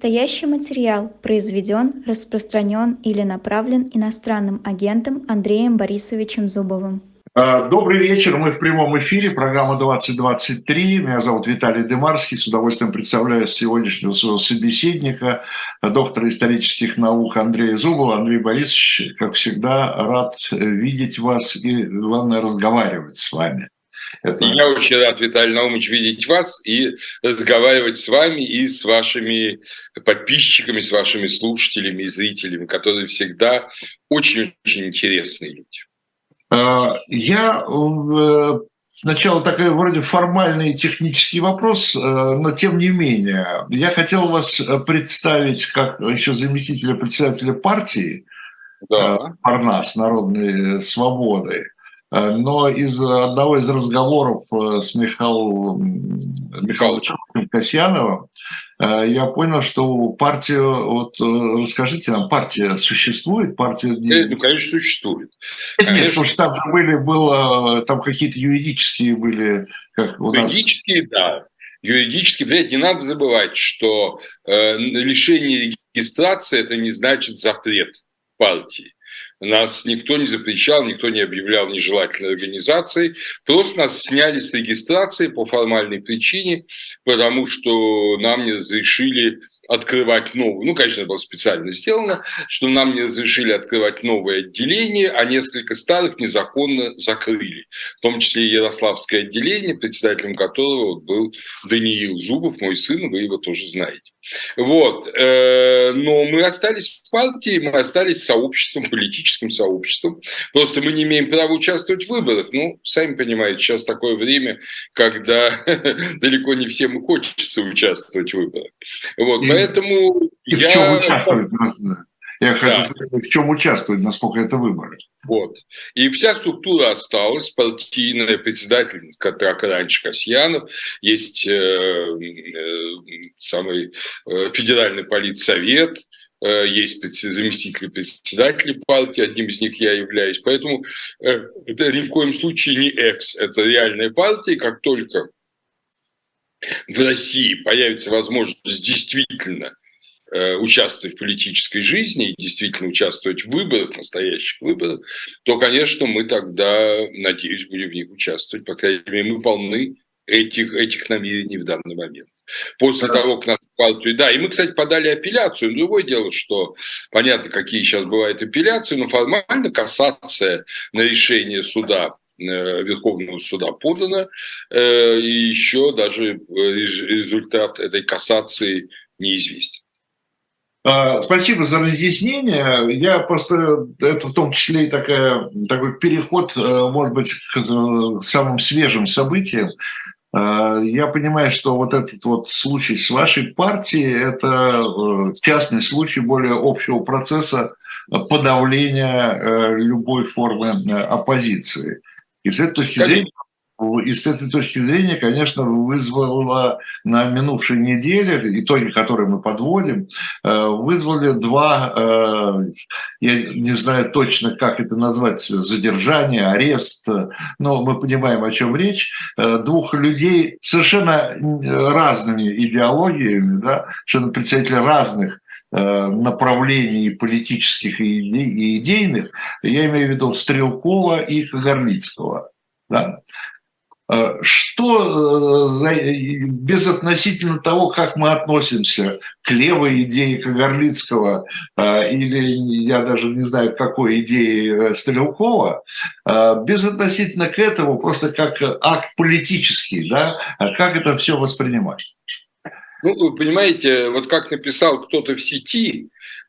Настоящий материал произведен, распространен или направлен иностранным агентом Андреем Борисовичем Зубовым. Добрый вечер, мы в прямом эфире, программа 2023. Меня зовут Виталий Демарский, с удовольствием представляю сегодняшнего своего собеседника, доктора исторических наук Андрея Зубова. Андрей Борисович, как всегда, рад видеть вас и, главное, разговаривать с вами. Я очень рад, Виталий Наумович, видеть вас и разговаривать с вами и с вашими подписчиками, с вашими слушателями и зрителями, которые всегда очень-очень интересные люди. Я сначала такой вроде формальный технический вопрос, но тем не менее. Я хотел вас представить как еще заместителя председателя партии «Парнас. Народные свободы». Но из одного из разговоров с Михаилом Касьяновым я понял, что партию, вот расскажите нам, партия существует? Партия... Ну, конечно, существует. Нет, потому что там там какие-то юридические были, как у нас... Юридические, да. Юридически, понимаете, не надо забывать, что лишение регистрации – это не значит запрет партии. Нас никто не запрещал, никто не объявлял нежелательной организацией. Просто нас сняли с регистрации по формальной причине, потому что нам не разрешили открывать новые. Ну, конечно, это было специально сделано, что нам не разрешили открывать новые отделения, а несколько старых незаконно закрыли. В том числе и Ярославское отделение, председателем которого был Даниил Зубов, мой сын, вы его тоже знаете. Вот. Но мы остались в партии, мы остались сообществом, политическим сообществом. Просто мы не имеем права участвовать в выборах. Ну, сами понимаете, сейчас такое время, когда далеко не всем хочется участвовать в выборах. Вот, поэтому и в чем участвовать? Я хочу сказать, в чем участвовать, насколько это выборы. Вот. И вся структура осталась, партийная, председатель, как раньше Касьянов, есть самый федеральный политсовет, есть заместители председателей партии, одним из них я являюсь. Поэтому это ни в коем случае не это реальная партия. Как только в России появится возможность действительно участвовать в политической жизни и действительно участвовать в выборах, настоящих выборах, то, конечно, мы тогда, надеюсь, будем в них участвовать. По крайней мере, мы полны этих намерений в данный момент. После того, как нашу партию... Да, и мы, кстати, подали апелляцию. Другое дело, что понятно, какие сейчас бывают апелляции, но формально кассация на решение суда, Верховного суда подана, и еще даже результат этой кассации неизвестен. Спасибо за разъяснение. Я просто, это в том числе и такой переход, может быть, к самым свежим событиям. Я понимаю, что вот этот вот случай с вашей партией – это частный случай более общего процесса подавления любой формы оппозиции. И с этой точки зрения, конечно, вызвало на минувшей неделе, итоги, которые мы подводим, вызвали два, я не знаю точно, как это назвать, задержание, арест, но мы понимаем, о чем речь, двух людей совершенно разными идеологиями, да, совершенно представители разных направлений политических и идейных, я имею в виду Стрелкова и Кагарлицкого. Да? Что, безотносительно того, как мы относимся к левой идее Кагарлицкого или я даже не знаю, к какой идее Стрелкова, безотносительно к этому, просто как акт политический, да, как это все воспринимать? Ну, вы понимаете, вот как написал кто-то в сети,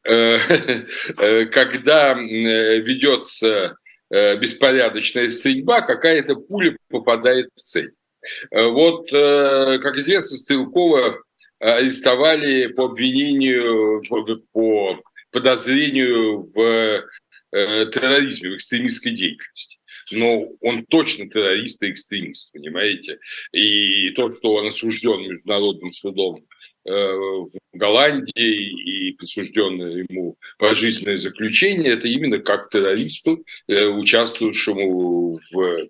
когда ведется беспорядочная стрельба, какая-то пуля попадает в цель. Вот, как известно, Стрелкова арестовали по обвинению, по подозрению в терроризме, в экстремистской деятельности. Но он точно террорист и экстремист, понимаете? И тот, кто он осужден международным судом в Голландии и присужденное ему пожизненное заключение, это именно как террористу, участвующему в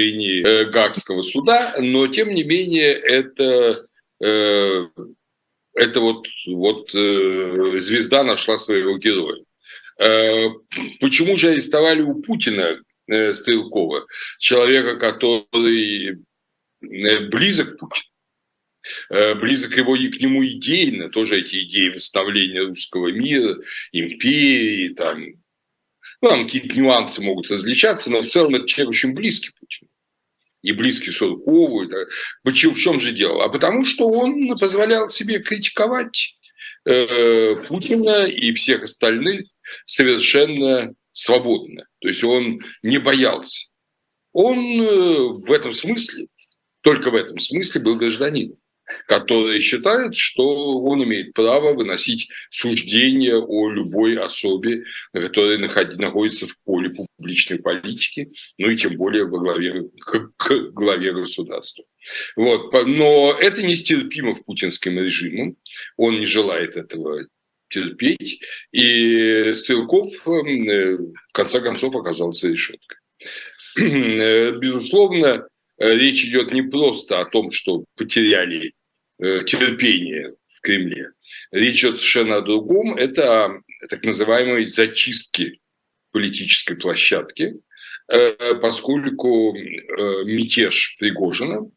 уничтожении Гаагского суда, но тем не менее это это звезда нашла своего героя. Почему же арестовали у Путина Стрелкова, человека, который близок к Путину, близок к нему идейно, тоже эти идеи восстановления русского мира, империи, там какие-то нюансы могут различаться, но в целом это человек очень близкий Путину. И близкий Суркову. В чем же дело? А потому что он позволял себе критиковать Путина и всех остальных совершенно свободно. То есть он не боялся. Он в этом смысле, только в этом смысле был гражданином, который считает, что он имеет право выносить суждения о любой особе, которая находится в поле публичной политики, ну и тем более к главе государства. Но это нестерпимо в путинском режиме, он не желает этого терпеть, и Стрелков в конце концов оказался решеткой. Безусловно, речь идет не просто о том, что потеряли терпение в Кремле. Речь идет совершенно о другом. Это о так называемой зачистке политической площадки, поскольку мятеж Пригожина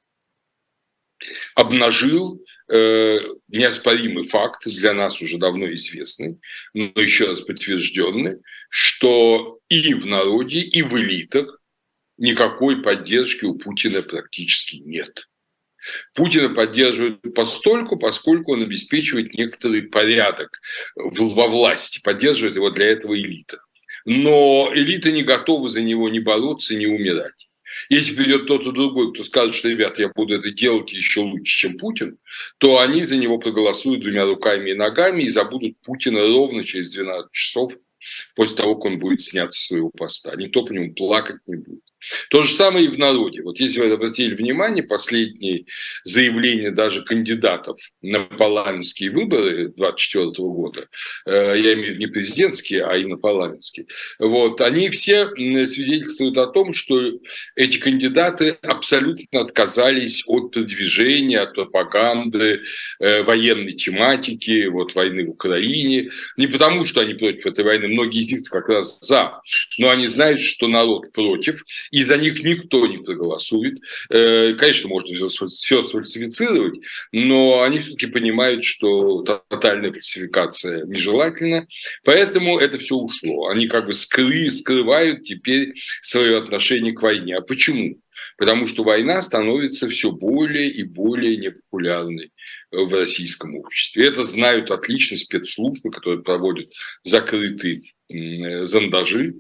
обнажил неоспоримый факт, для нас уже давно известный, но еще раз подтвержденный, что и в народе, и в элитах никакой поддержки у Путина практически нет. Путина поддерживают поскольку он обеспечивает некоторый порядок во власти, поддерживает его для этого элита. Но элита не готова за него ни бороться, ни умирать. Если придет кто-то другой, кто скажет, что, ребята, я буду это делать еще лучше, чем Путин, то они за него проголосуют двумя руками и ногами и забудут Путина ровно через 12 часов после того, как он будет снят со своего поста. Никто по нему плакать не будет. То же самое и в народе. Если вы обратили внимание, последние заявления даже кандидатов на парламентские выборы 2024 года, я имею в виду не президентские, а именно парламентские, они все свидетельствуют о том, что эти кандидаты абсолютно отказались от продвижения, от пропаганды военной тематики, войны в Украине. Не потому, что они против этой войны, многие из них как раз за, но они знают, что народ против, и за них никто не проголосует. Конечно, можно все сфальсифицировать, но они все-таки понимают, что тотальная фальсификация нежелательна, поэтому это все ушло. Они скрывают теперь свое отношение к войне. А почему? Потому что война становится все более и более непопулярной в российском обществе. Это знают отлично спецслужбы, которые проводят закрытые зондажи.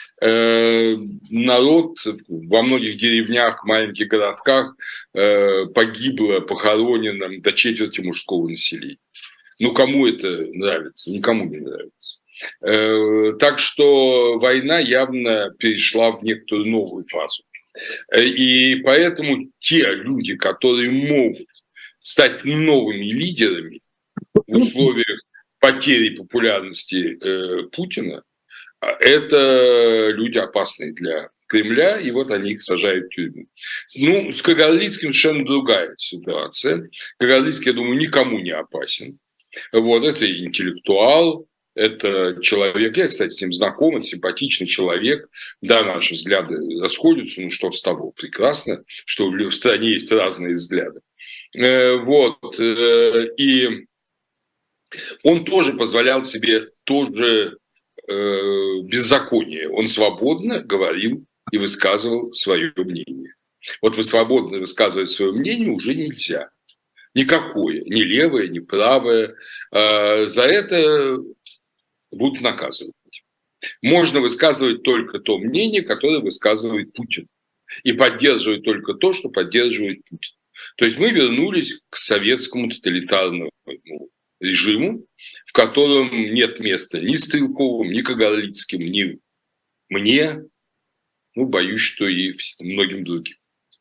Народ во многих деревнях, маленьких городках погибло, похоронено до четверти мужского населения. Кому это нравится? Никому не нравится. Так что война явно перешла в некоторую новую фазу. И поэтому те люди, которые могут стать новыми лидерами в условиях потери популярности Путина, это люди опасные для Кремля, и они их сажают в тюрьму. С Кагарлицким совершенно другая ситуация. Кагарлицкий, я думаю, никому не опасен. Это интеллектуал, это человек, я, кстати, с ним знаком, это симпатичный человек. Да, наши взгляды расходятся, что с того? Прекрасно, что в стране есть разные взгляды. И он тоже позволял себе беззаконие. Он свободно говорил и высказывал свое мнение. Вы свободно высказывать свое мнение уже нельзя. Никакое, ни левое, ни правое. За это будут наказывать. Можно высказывать только то мнение, которое высказывает Путин. И поддерживать только то, что поддерживает Путин. То есть мы вернулись к советскому тоталитарному режиму, в котором нет места ни Стрелковым, ни Кагарлицким, ни мне, боюсь, что и многим другим.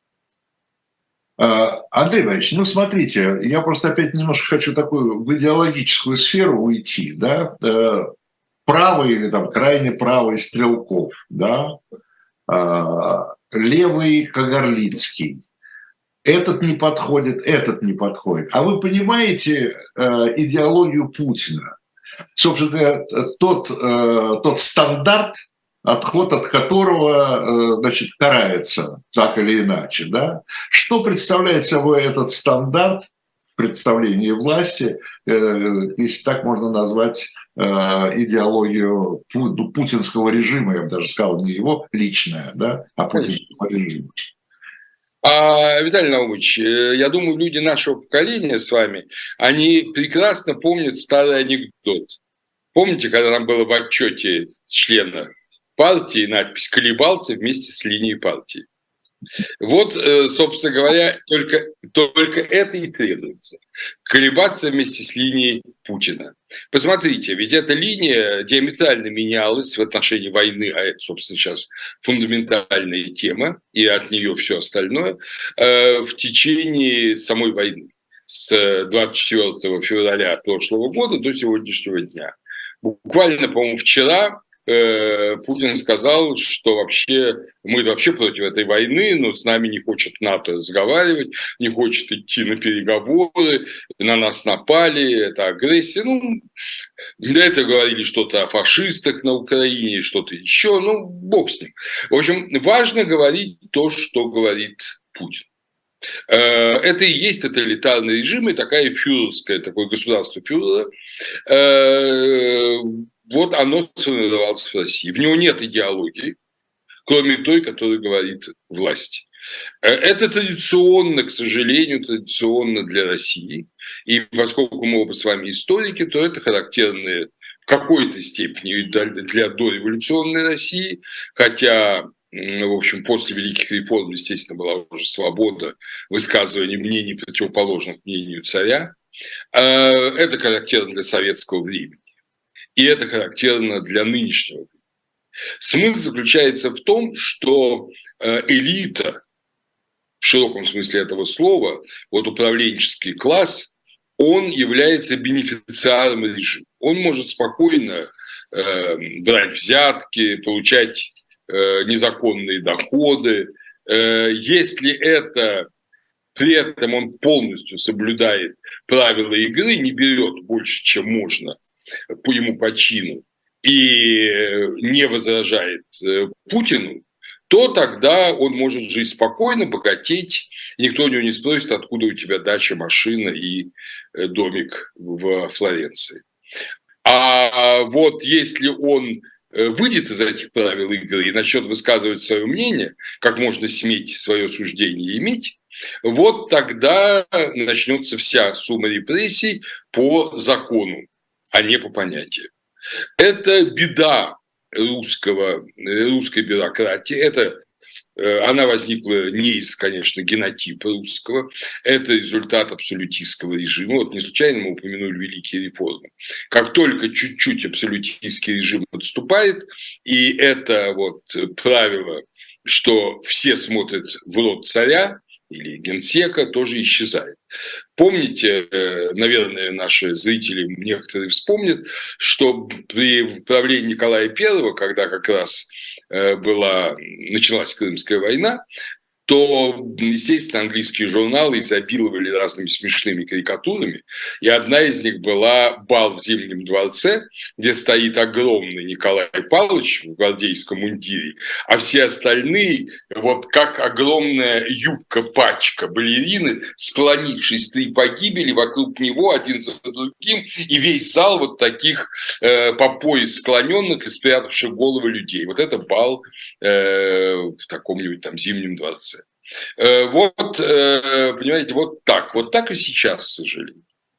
Андрей Иванович, смотрите, я просто опять немножко хочу такую в идеологическую сферу уйти, да, правый или крайне правый Стрелков, да, левый Кагарлицкий. этот не подходит, этот не подходит. А вы понимаете идеологию Путина? Собственно говоря, тот стандарт, отход от которого, значит, карается так или иначе, да? Что представляет собой этот стандарт в представлении власти, если так можно назвать идеологию путинского режима, я бы даже сказал, не его личная, да, а путинского режима? Виталий Наумович, я думаю, люди нашего поколения с вами, они прекрасно помнят старый анекдот. Помните, когда нам было в отчете члена партии надпись «Колебался вместе с линией партии»? Вот, собственно говоря, только это и требуется. Колебаться вместе с линией Путина. Посмотрите, ведь эта линия диаметрально менялась в отношении войны, а это, собственно, сейчас фундаментальная тема, и от нее все остальное, в течение самой войны. С 24 февраля прошлого года до сегодняшнего дня. Буквально, по-моему, вчера Путин сказал, что мы вообще против этой войны, но с нами не хочет НАТО разговаривать, не хочет идти на переговоры, на нас напали, это агрессия. До этого говорили что-то о фашистах на Украине, что-то еще, бог с ним. В общем, важно говорить то, что говорит Путин. Это и есть тоталитарный режим, и такое государство фюрера. Вот оно сформировалось в России. В него нет идеологии, кроме той, которую говорит власть. Это традиционно, к сожалению, для России. И поскольку мы оба с вами историки, то это характерно в какой-то степени для дореволюционной России, хотя, в общем, после великих реформ, естественно, была уже свобода высказывания мнений, противоположных мнению царя. Это характерно для советского времени. И это характерно для нынешнего времени. Смысл заключается в том, что элита, в широком смысле этого слова, вот управленческий класс, он является бенефициаром режима. Он может спокойно брать взятки, получать незаконные доходы, если при этом он полностью соблюдает правила игры, не берет больше, чем можно по ему по чину, и не возражает Путину, то тогда он может жить спокойно, богатеть, никто у него не спросит, откуда у тебя дача, машина и домик в Флоренции. А вот если он выйдет из этих правил игры и начнет высказывать свое мнение, как можно сметь свое суждение иметь, вот тогда начнется вся сумма репрессий по закону, а не по понятию. Это беда русской бюрократии. Она возникла не из, конечно, генотипа русского. Это результат абсолютистского режима. Вот не случайно мы упомянули великие реформы. Как только чуть-чуть абсолютистский режим отступает, и это вот правило, что все смотрят в рот царя или генсека, тоже исчезает. Помните, наверное, наши зрители некоторые вспомнят, что при правлении Николая I, когда как раз началась Крымская война, то, естественно, английские журналы изобиловали разными смешными карикатурами, и одна из них была «Бал в Зимнем дворце», где стоит огромный Николай Павлович в гвардейском мундире, а все остальные, вот как огромная юбка-пачка балерины, склонившись три погибели вокруг него один за другим, и весь зал вот таких по пояс склоненных и спрятавших головы людей. Вот это бал в каком-нибудь там Зимнем дворце. Вот, понимаете, вот так и сейчас, к сожалению.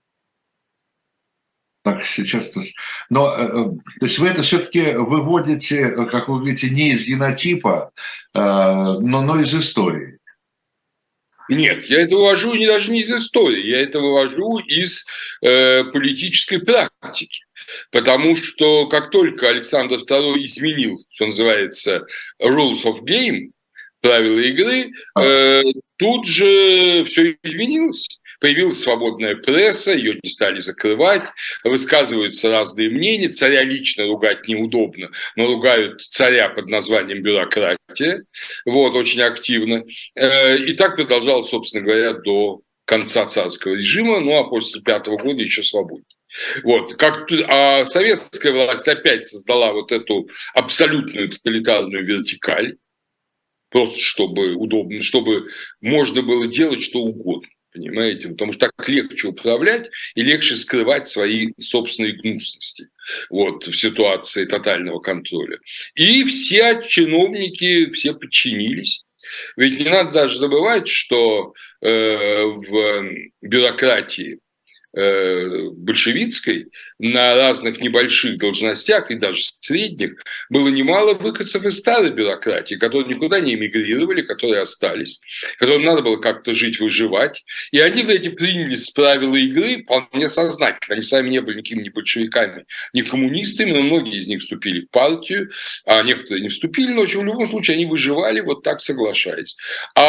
Так сейчас, но то есть вы это все-таки выводите, как вы говорите, не из генотипа, но из истории. Нет, я это вывожу даже не из истории, я это вывожу из политической практики. Потому что как только Александр II изменил, что называется, rules of game, правила игры, тут же все изменилось. Появилась свободная пресса, ее не стали закрывать, высказываются разные мнения. Царя лично ругать неудобно, но ругают царя под названием бюрократия, вот, очень активно. И так продолжалось, собственно говоря, до конца царского режима, ну а после 5-го года еще свободнее. Вот. А советская власть опять создала вот эту абсолютную тоталитарную вертикаль, просто чтобы удобно, чтобы можно было делать что угодно, понимаете? Потому что так легче управлять и легче скрывать свои собственные гнусности вот, в ситуации тотального контроля. И все чиновники, все подчинились. Ведь не надо даже забывать, что в бюрократии большевистской на разных небольших должностях и даже средних было немало выходцев из старой бюрократии, которые никуда не эмигрировали, которые остались, которым надо было как-то жить, выживать. И они в эти принялись с правила игры вполне сознательно. Они сами не были никакими ни большевиками, ни коммунистами, но многие из них вступили в партию, а некоторые не вступили, но в любом случае они выживали, вот так соглашаясь.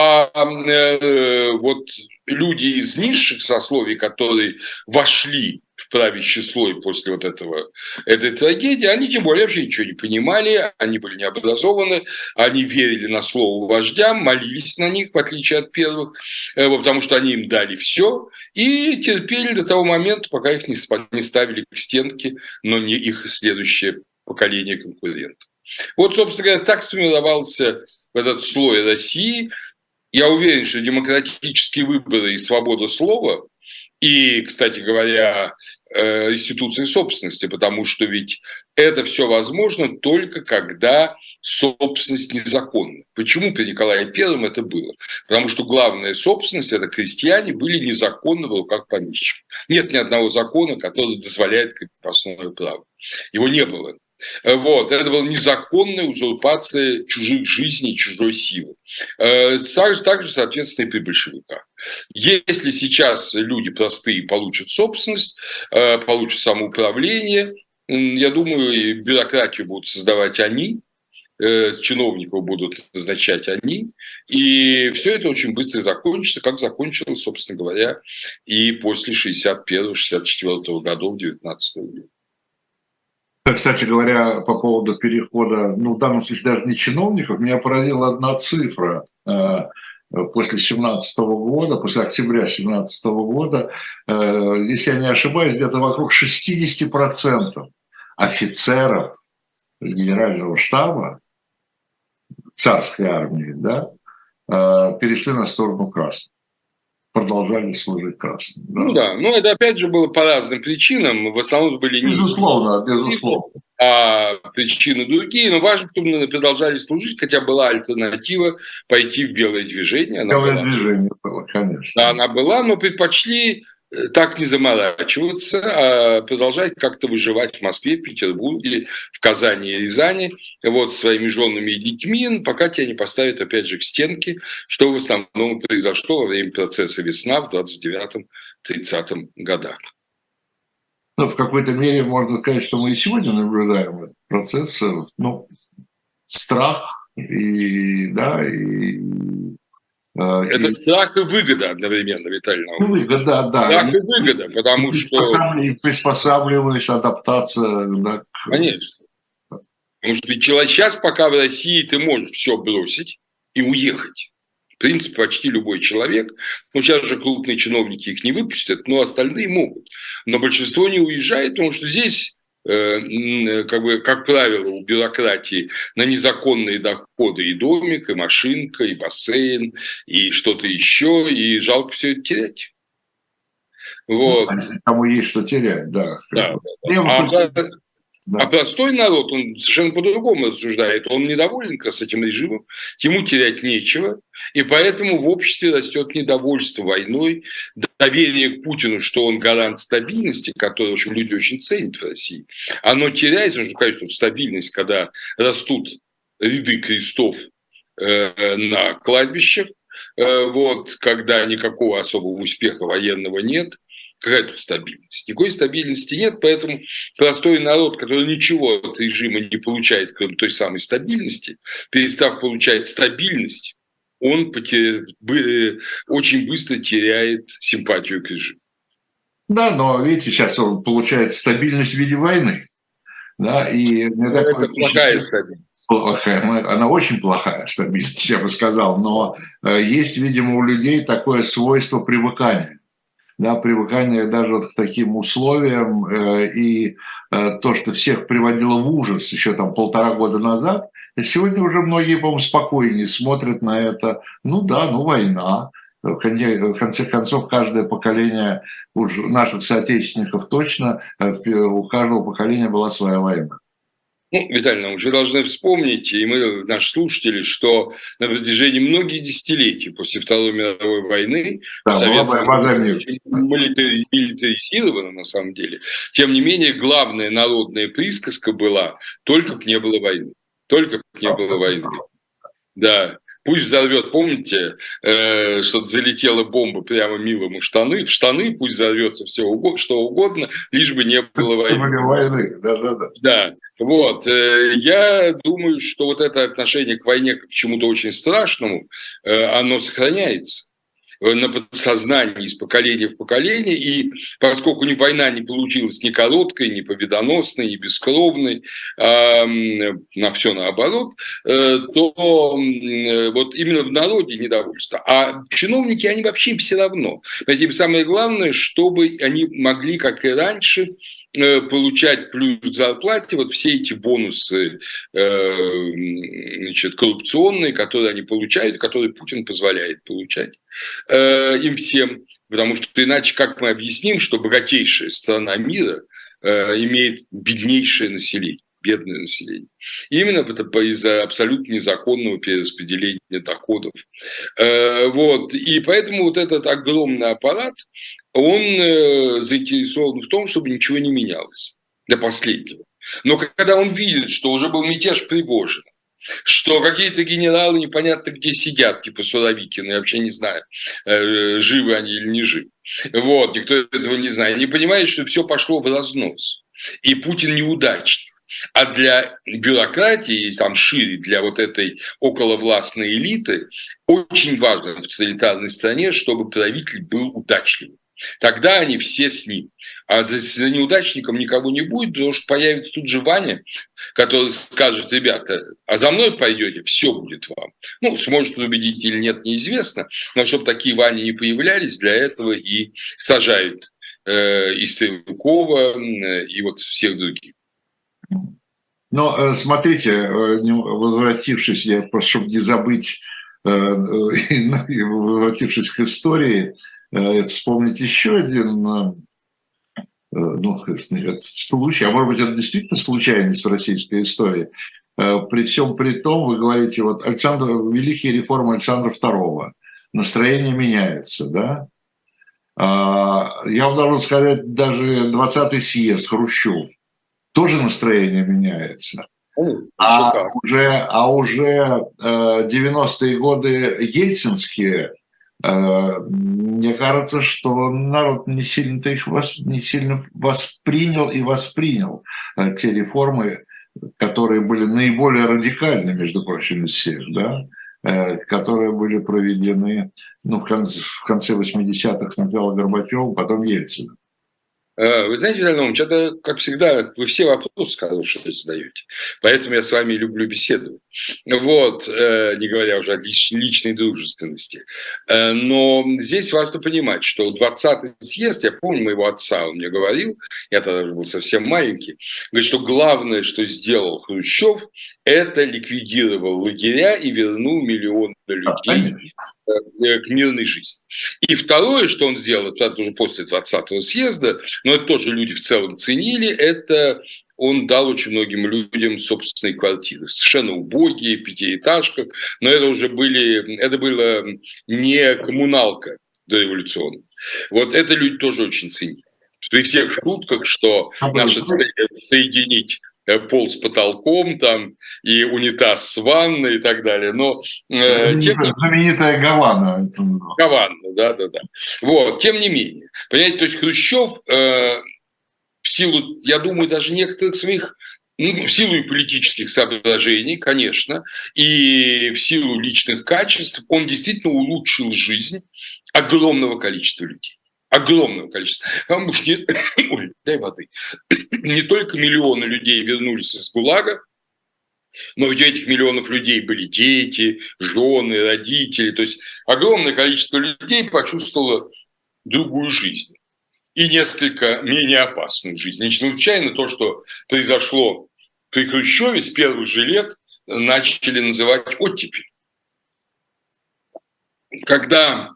Вот люди из низших сословий, которые вошли в правящий слой после вот этой трагедии, они тем более вообще ничего не понимали, они были необразованы, они верили на слово вождям, молились на них, в отличие от первых, потому что они им дали все и терпели до того момента, пока их не ставили к стенке, но не их следующее поколение конкурентов. Вот, собственно говоря, так сформировался этот слой России. Я уверен, что демократические выборы и свобода слова, и, кстати говоря, институции собственности, потому что ведь это все возможно только когда собственность незаконна. Почему при Николае Первом это было? Потому что главная собственность, это крестьяне, были незаконно в руках помещиков. Нет ни одного закона, который дозволяет крепостное право. Его не было. Вот, это была незаконная узурпация чужих жизней, чужой силы. Также, соответственно, и при большевиках. Если сейчас люди простые получат собственность, получат самоуправление, я думаю, и бюрократию будут создавать они, чиновников будут назначать они, и все это очень быстро закончится, как закончилось, собственно говоря, и после 61-64 годов 19 века. Кстати говоря, по поводу перехода, ну, в данном случае даже не чиновников, меня поразила одна цифра. После 17 года, после октября 17 года, если я не ошибаюсь, где-то вокруг 60% офицеров генерального штаба царской армии, да, перешли на сторону красных. Продолжали служить красным. Да. Ну да, но это опять же было по разным причинам. В основном были не... Безусловно. А причины другие, но важно, чтобы продолжали служить, хотя была альтернатива пойти в белое движение. Движение было, конечно. Да, она была, но предпочли так не заморачиваться, а продолжать как-то выживать в Москве, в Петербурге, в Казани и Рязани, вот, своими женами и детьми, пока тебя не поставят, опять же, к стенке, что в основном произошло во время процесса «Весна» в 29-30 годах. Ну, в какой-то мере можно сказать, что мы и сегодня наблюдаем этот процесс, ну, страх и, да, и... Это страх и выгода одновременно, Виталий Наумович. Выгода, да. Страх и выгода, потому что... Приспосабливаясь, адаптация. Да, Конечно. Потому что сейчас пока в России ты можешь все бросить и уехать. В принципе, почти любой человек. Ну, сейчас же крупные чиновники их не выпустят, но остальные могут. Но большинство не уезжает, потому что здесь... как правило, у бюрократии на незаконные доходы и домик, и машинка, и бассейн, и что-то еще, и жалко все это терять. Вот. Кому есть что терять, да. А простой народ, он совершенно по-другому рассуждает. Он недоволен с этим режимом, ему терять нечего, и поэтому в обществе растет недовольство войной, доверие к Путину, что он гарант стабильности, которую, в общем, люди очень ценят в России. Оно теряется, нужно сказать, что стабильность, когда растут ряды крестов на кладбищах, вот, когда никакого особого успеха военного нет. Какая тут стабильность? Никакой стабильности нет, поэтому простой народ, который ничего от режима не получает, кроме той самой стабильности, перестав получать стабильность, он очень быстро теряет симпатию к режиму. Да, но видите, сейчас он получает стабильность в виде войны. Да, и Это плохая стабильность. Плохая, она очень плохая стабильность, я бы сказал, но есть, видимо, у людей такое свойство привыкания. Да, привыкание даже вот к таким условиям и то, что всех приводило в ужас еще там 1,5 года назад, сегодня уже многие, по-моему, спокойнее смотрят на это. Ну да, ну война. В конце концов, каждое поколение, уж наших соотечественников точно, у каждого поколения была своя война. Ну, Виталий Иванович, вы должны вспомнить, и мы, наши слушатели, что на протяжении многих десятилетий после Второй мировой войны Советский Союз милитаризировано на самом деле. Тем не менее, главная народная присказка была: только б не было войны. Только б не было войны. Да. Пусть взорвет, помните, что залетела бомба прямо милому в штаны, пусть взорвется все что угодно, лишь бы не было войны. Да, вот. Я думаю, что вот это отношение к войне как к чему-то очень страшному, оно сохраняется на подсознании из поколения в поколение, и поскольку война не получилась ни короткой, ни победоносной, ни бескровной, на все наоборот, то вот именно в народе недовольство. А чиновники, они вообще все равно. Поэтому самое главное, чтобы они могли, как и раньше, получать плюс к зарплате вот все эти бонусы коррупционные, которые они получают, которые Путин позволяет получать им всем. Потому что иначе как мы объясним, что богатейшая страна мира имеет беднейшее население, бедное население. Именно из-за абсолютно незаконного перераспределения доходов. Вот. И поэтому вот этот огромный аппарат, он заинтересован в том, чтобы ничего не менялось до последнего. Но когда он видит, что уже был мятеж Пригожина, что какие-то генералы непонятно где сидят, типа Суровикина, я вообще не знаю, живы они или не живы. Вот, никто этого не знает. Они понимают, что все пошло в разнос. И Путин неудачник. А для бюрократии, там шире, для вот этой околовластной элиты, очень важно в тоталитарной стране, чтобы правитель был удачливым. Тогда они все с ним. А за неудачником никого не будет, потому что появится тут же Ваня, который скажет: ребята, а за мной пойдете, все будет вам. Ну, сможет он убедить или нет, неизвестно, но чтобы такие Вани не появлялись, для этого и сажают и Стрелкова, и вот всех других. Но смотрите, возвратившись, я просто, чтобы не забыть, возвратившись к истории, вспомнить еще один случай, а может быть, это действительно случайность в российской истории. При всем при том, вы говорите, вот великие реформы Александра II, настроение меняется, да? Я вам должен сказать, даже 20-й съезд Хрущев, тоже настроение меняется. А уже 90-е годы ельцинские, мне кажется, что народ не сильно воспринял те реформы, которые были наиболее радикальны, между прочим, из всех, да, которые были проведены в конце 80-х сначала Горбачевым, потом Ельциным. Вы знаете, Виталий Иванович, это, как всегда, вы все вопросы хорошие задаете. Поэтому я с вами люблю беседовать. Вот, не говоря уже о личной дружественности. Но здесь важно понимать, что 20-й съезд, я помню моего отца, он мне говорил, я тогда уже был совсем маленький, говорит, что главное, что сделал Хрущев, это ликвидировал лагеря и вернул миллионы людей к мирной жизни. И второе, что он сделал, это уже после 20-го съезда, но это тоже люди в целом ценили, это он дал очень многим людям собственные квартиры. Совершенно убогие, пятиэтажках, но это было не коммуналка дореволюционная. Вот это люди тоже очень ценили. При всех шутках, что наша цель – соединить пол с потолком, там, и унитаз с ванной и так далее. Но, знаменитая Гавана. Гавана, да. Вот, тем не менее. Понимаете, то есть Хрущев в силу, я думаю, даже некоторых своих в силу и политических соображений, конечно, и в силу личных качеств он действительно улучшил жизнь огромного количества людей. Огромного количества. Потому что ой, дай воды. Не только миллионы людей вернулись из ГУЛАГа, но ведь у этих миллионов людей были дети, жены, родители. То есть огромное количество людей почувствовало другую жизнь и несколько менее опасную жизнь. Не случайно то, что произошло при Хрущеве, с первых же лет начали называть оттепель. Когда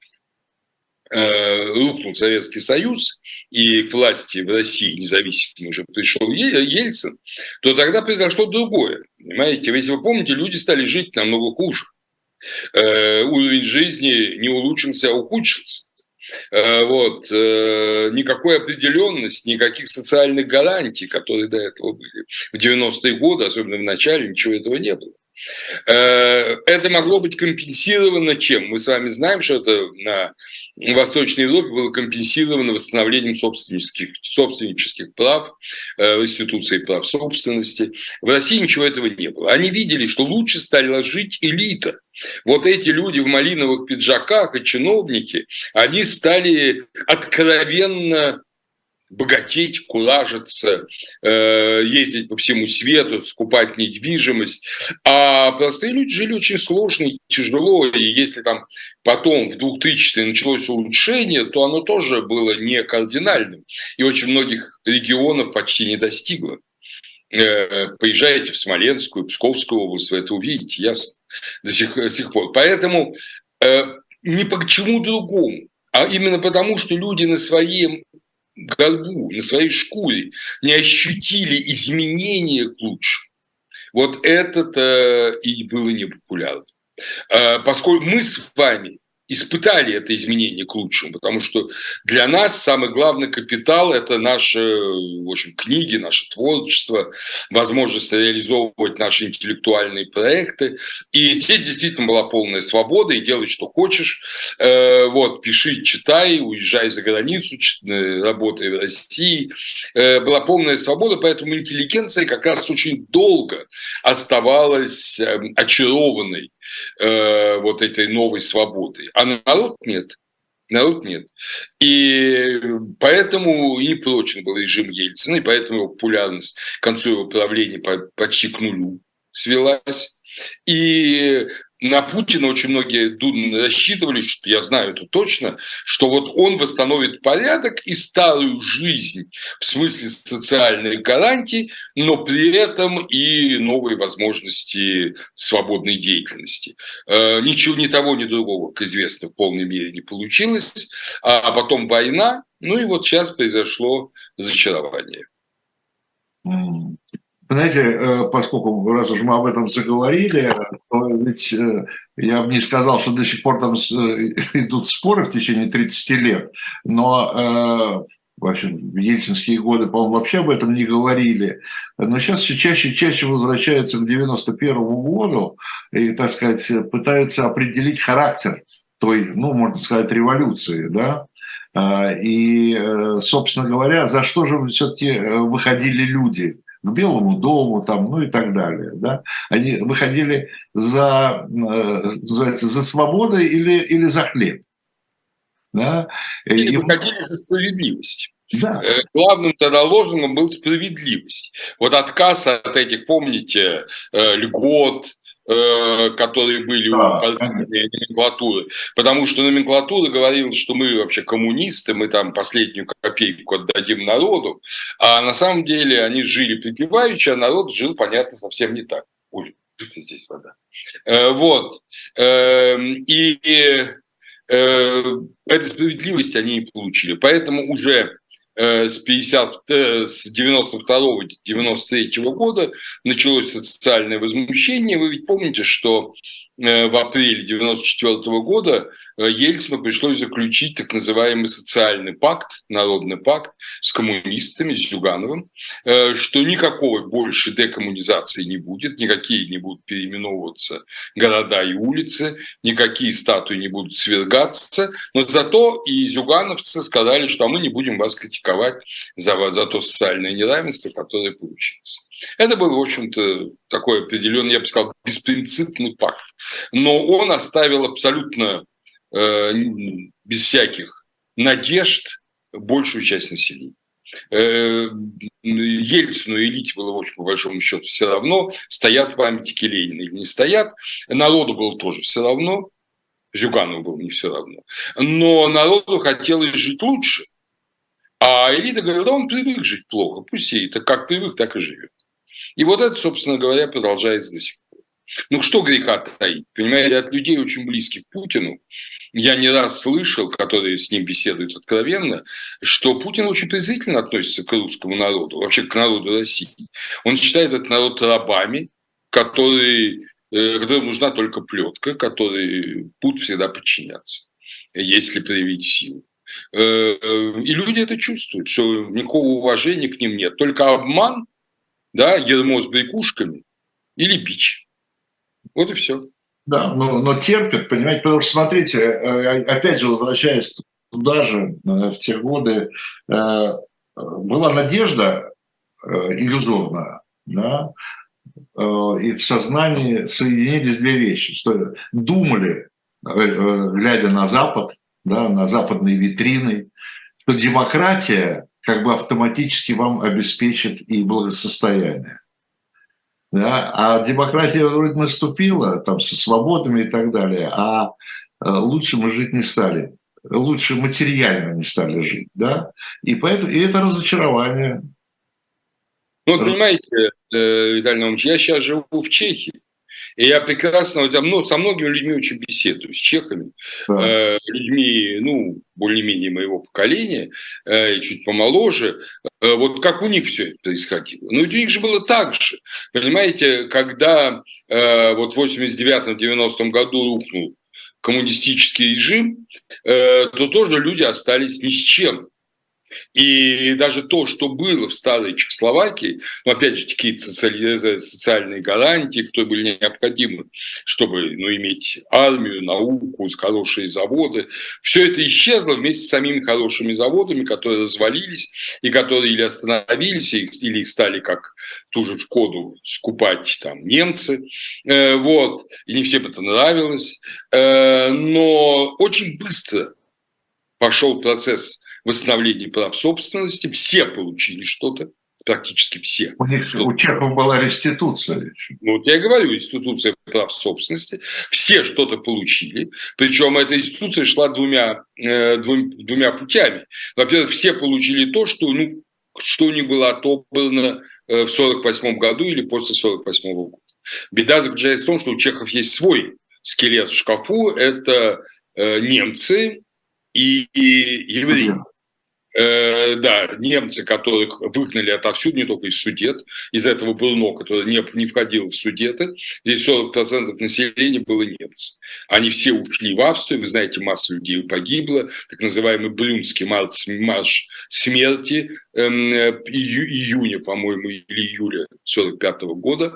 рухнул Советский Союз и к власти в России независимо уже пришел Ельцин, то тогда произошло другое. Понимаете, если вы помните, люди стали жить намного хуже. Уровень жизни не улучшился, а ухудшился. Вот. Никакой определенности, никаких социальных гарантий, которые до этого были. В 90-е годы, особенно в начале, ничего этого не было. Это могло быть компенсировано чем? Мы с вами знаем, что это на Восточной Европе было компенсировано восстановлением собственнических прав, в институции прав собственности. В России ничего этого не было. Они видели, что лучше стала жить элита. Вот эти люди в малиновых пиджаках и чиновники, они стали откровенно богатеть, куражиться, ездить по всему свету, скупать недвижимость. А простые люди жили очень сложно и тяжело. И если там потом в 2000-е началось улучшение, то оно тоже было не кардинальным. И очень многих регионов почти не достигло. Поезжайте в Смоленскую, Псковскую область, вы это увидите, ясно, до сих пор. Поэтому не по чему другому, а именно потому, что люди на своем горбу, на своей шкуре не ощутили изменения к лучшему. Вот это-то и было непопулярно. Поскольку мы с вами испытали это изменение к лучшему, потому что для нас самый главный капитал – это наши, в общем, книги, наше творчество, возможность реализовывать наши интеллектуальные проекты. И здесь действительно была полная свобода, и делай, что хочешь. Вот, пиши, читай, уезжай за границу, работай в России. Была полная свобода, поэтому интеллигенция как раз очень долго оставалась очарованной вот этой новой свободой. А народ нет. Народ нет. И поэтому и не прочен был режим Ельцина, и поэтому его популярность к концу его правления почти к нулю свелась. И на Путина очень многие рассчитывали, что я знаю это точно, что вот он восстановит порядок и старую жизнь в смысле социальных гарантий, но при этом и новые возможности свободной деятельности. Ничего ни того, ни другого, как известно, в полной мере не получилось. А потом война, ну и вот сейчас произошло разочарование. Знаете, поскольку раз уж мы об этом заговорили, то ведь я бы не сказал, что до сих пор там идут споры в течение 30 лет, но в общем, в ельцинские годы, по-моему, вообще об этом не говорили. Но сейчас все чаще и чаще возвращаются к 91-му году и, так сказать, пытаются определить характер той, ну, можно сказать, революции, да. И, собственно говоря, за что же все-таки выходили люди? К Белому дому, там, ну и так далее. Да? Они выходили за свободой или за хлеб. Да? Или выходили за справедливость. Да. Главным тогда лозунгом был справедливость. Вот отказ от этих, помните, льгот, которые были у номенклатуры. Потому что номенклатура говорила, что мы вообще коммунисты, мы там последнюю копейку отдадим народу, а на самом деле они жили припеваючи, а народ жил, понятно, совсем не так. Ой, здесь вода. Вот. И этой справедливости они не получили. Поэтому уже с 92-93 года началось социальное возмущение. Вы ведь помните, что в апреле 94 года Ельцину пришлось заключить так называемый социальный пакт, народный пакт с коммунистами, с Зюгановым, что никакой больше декоммунизации не будет, никакие не будут переименовываться города и улицы, никакие статуи не будут свергаться, но зато и зюгановцы сказали, что мы не будем вас критиковать за то социальное неравенство, которое получилось. Это был, в общем-то, такой определенный, я бы сказал, беспринципный пакт. Но он оставил абсолютно без всяких надежд большую часть населения. Ельцину и элите было, в общем, по большому счету, все равно, стоят памятники Ленина или не стоят. Народу было тоже все равно. Зюганову было не все равно. Но народу хотелось жить лучше. А элита говорила, да он привык жить плохо, пусть и это как привык, так и живет. И вот это, собственно говоря, продолжается до сих пор. Ну, что греха таить? Понимаете, от людей, очень близких к Путину, я не раз слышал, которые с ним беседуют откровенно, что Путин очень презрительно относится к русскому народу, вообще к народу России. Он считает этот народ рабами, которым нужна только плетка, который будут всегда подчиняться, если проявить силу. И люди это чувствуют, что никакого уважения к ним нет. Только обман, да, ермо с брякушками или бич. Вот и все. Да, но терпят, понимаете, потому что, смотрите, опять же, возвращаясь туда же, в те годы, была надежда иллюзорная, да, и в сознании соединились две вещи, что думали, глядя на Запад, да, на западные витрины, что демократия как бы автоматически вам обеспечит и благосостояние. Да? А демократия вроде наступила там, со свободами и так далее, а лучше мы жить не стали, лучше материально не стали жить. Да? И поэтому и это разочарование. Ну, понимаете, Виталий Наумович, я сейчас живу в Чехии, и я прекрасно со многими людьми очень беседую, с чехами, да. Людьми, ну, более-менее моего поколения, чуть помоложе. Вот как у них все это происходило. Ну, у них же было так же. Понимаете, когда вот в 89-90 году рухнул коммунистический режим, то тоже люди остались ни с чем. И даже то, что было в старой Чехословакии, ну, опять же, какие-то социальные гарантии, которые были необходимы, чтобы иметь армию, науку, хорошие заводы, все это исчезло вместе с самими хорошими заводами, которые развалились, и которые или остановились, или их стали, как ту же Шкоду, скупать там немцы. Вот. И не всем это нравилось. Но очень быстро пошел процесс восстановления прав собственности, все получили что-то, практически все. У чехов была реституция. Ну, вот я и говорю, реституция прав собственности, все что-то получили, причем эта реституция шла двумя путями. Во-первых, все получили то, что у них было отобрано в 1948 году или после 1948 года. Беда заключается в том, что у чехов есть свой скелет в шкафу, это немцы и евреи. Да, немцы, которых выгнали отовсюду, не только из Судет, из этого Брно, который не входил в Судеты, здесь 40% населения было немцы. Они все ушли в Австрию, вы знаете, масса людей погибла, так называемый Брюнский марш смерти июня, по-моему, или июля 1945 года.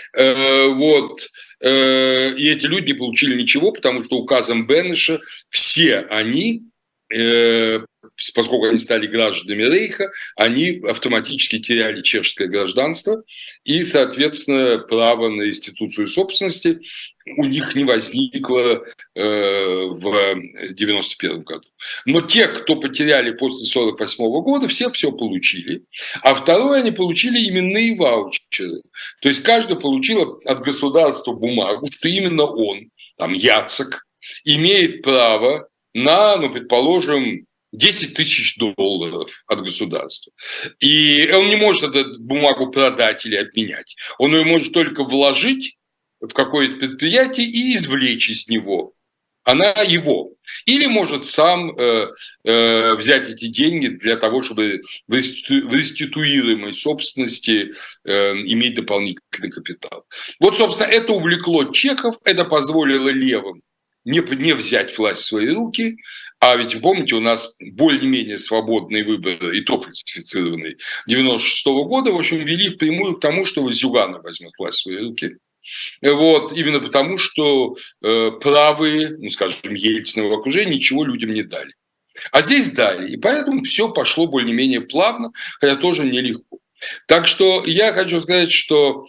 Вот. И эти люди не получили ничего, потому что указом Бенеша все они, поскольку они стали гражданами Рейха, они автоматически теряли чешское гражданство, и, соответственно, право на реституцию собственности у них не возникло в 1991 году. Но те, кто потеряли после 1948 года, все получили. А второе, они получили именные ваучеры. То есть каждый получил от государства бумагу, что именно он, там Яцек, имеет право на, предположим, $10 тысяч от государства. И он не может эту бумагу продать или обменять. Он ее может только вложить в какое-то предприятие и извлечь из него. Она его. Или может сам взять эти деньги для того, чтобы в реституируемой собственности иметь дополнительный капитал. Вот, собственно, это увлекло чехов, это позволило левым не взять власть в свои руки. А ведь, помните, у нас более-менее свободные выборы, и то фальсифицированные, 1996 года, в общем, вели впрямую к тому, что Зюганов возьмет власть в свои руки. Вот, именно потому, что правые, скажем, Ельциного окружения ничего людям не дали. А здесь дали, и поэтому все пошло более-менее плавно, хотя тоже нелегко. Так что я хочу сказать, что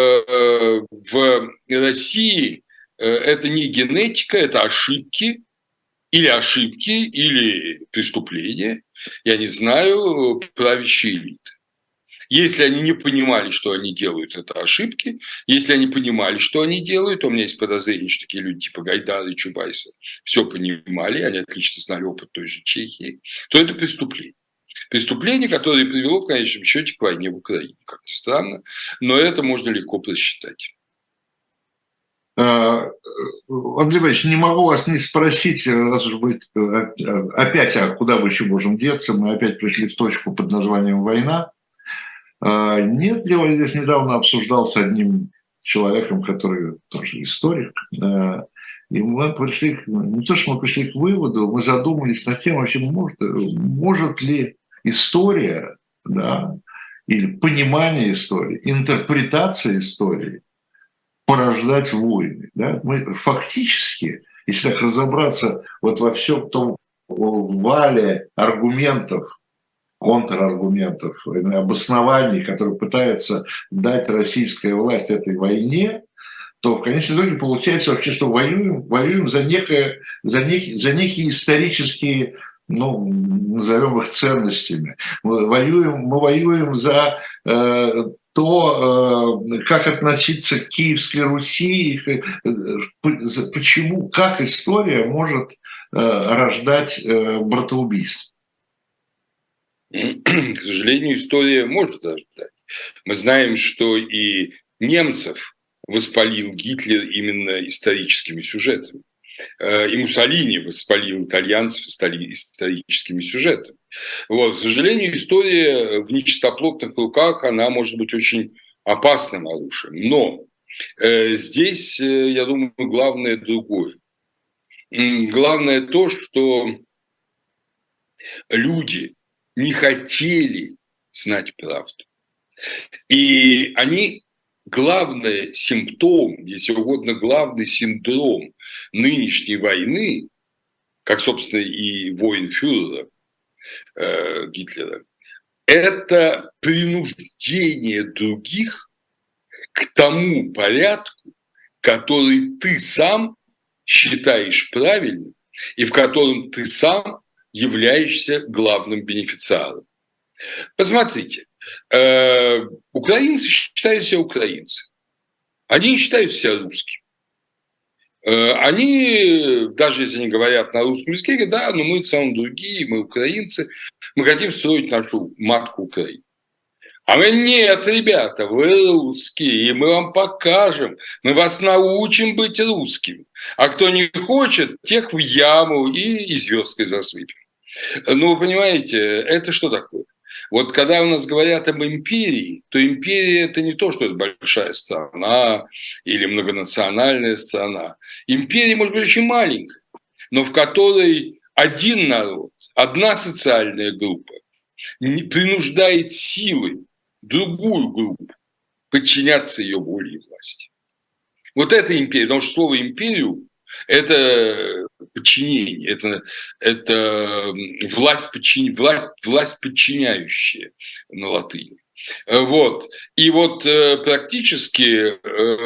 в России это не генетика, это ошибки, или преступления, я не знаю, правящей элиты. Если они не понимали, что они делают, это ошибки. Если они понимали, что они делают, то у меня есть подозрение, что такие люди типа Гайдара и Чубайса все понимали, они отлично знали опыт той же Чехии, то это преступление. Преступление, которое привело в конечном счете к войне в Украине, как ни странно, но это можно легко просчитать. Андрей Иванович, не могу вас не спросить, раз уж быть опять, куда мы еще можем деться, мы опять пришли в точку под названием «война». Нет ли, вот здесь недавно обсуждал с одним человеком, который тоже историк, и мы пришли, не то что мы пришли к выводу, мы задумались над тем, вообще может ли история, да, или понимание истории, интерпретация истории порождать войны. Да? Мы фактически, если так разобраться вот во всем том вале аргументов, контраргументов, обоснований, которые пытается дать российская власть этой войне, то в конечном итоге получается вообще, что воюем за некие исторические, ну, назовем их ценностями. Мы воюем за то, как относиться к Киевской Руси, почему, как история может рождать братоубийство. К сожалению, история может рождать. Мы знаем, что и немцев воспалил Гитлер именно историческими сюжетами. И Муссолини воспалил итальянцев историческими сюжетами. Вот. К сожалению, история в нечистоплотных руках, она может быть очень опасным оружием. Но здесь, я думаю, главное другое. Главное то, что люди не хотели знать правду. И они, главный симптом, если угодно, главный синдром нынешней войны, как, собственно, и войн фюрера Гитлера, это принуждение других к тому порядку, который ты сам считаешь правильным и в котором ты сам являешься главным бенефициаром. Посмотрите, украинцы считают себя украинцами. Они не считают себя русскими. Они, даже если они говорят на русском языке, говорят, да, но мы сам другие, мы украинцы, мы хотим строить нашу матку Украину. А мы, нет, ребята, вы русские, и мы вам покажем, мы вас научим быть русскими. А кто не хочет, тех в яму и звездкой засыпем. Ну, вы понимаете, это что такое? Вот когда у нас говорят об империи, то империя – это не то, что это большая страна или многонациональная страна. Империя может быть очень маленькая, но в которой один народ, одна социальная группа принуждает силой другую группу подчиняться ее воле и власти. Вот это империя, потому что слово «империю» – это подчинение, это власть подчиняющая на латыни. Вот. И вот практически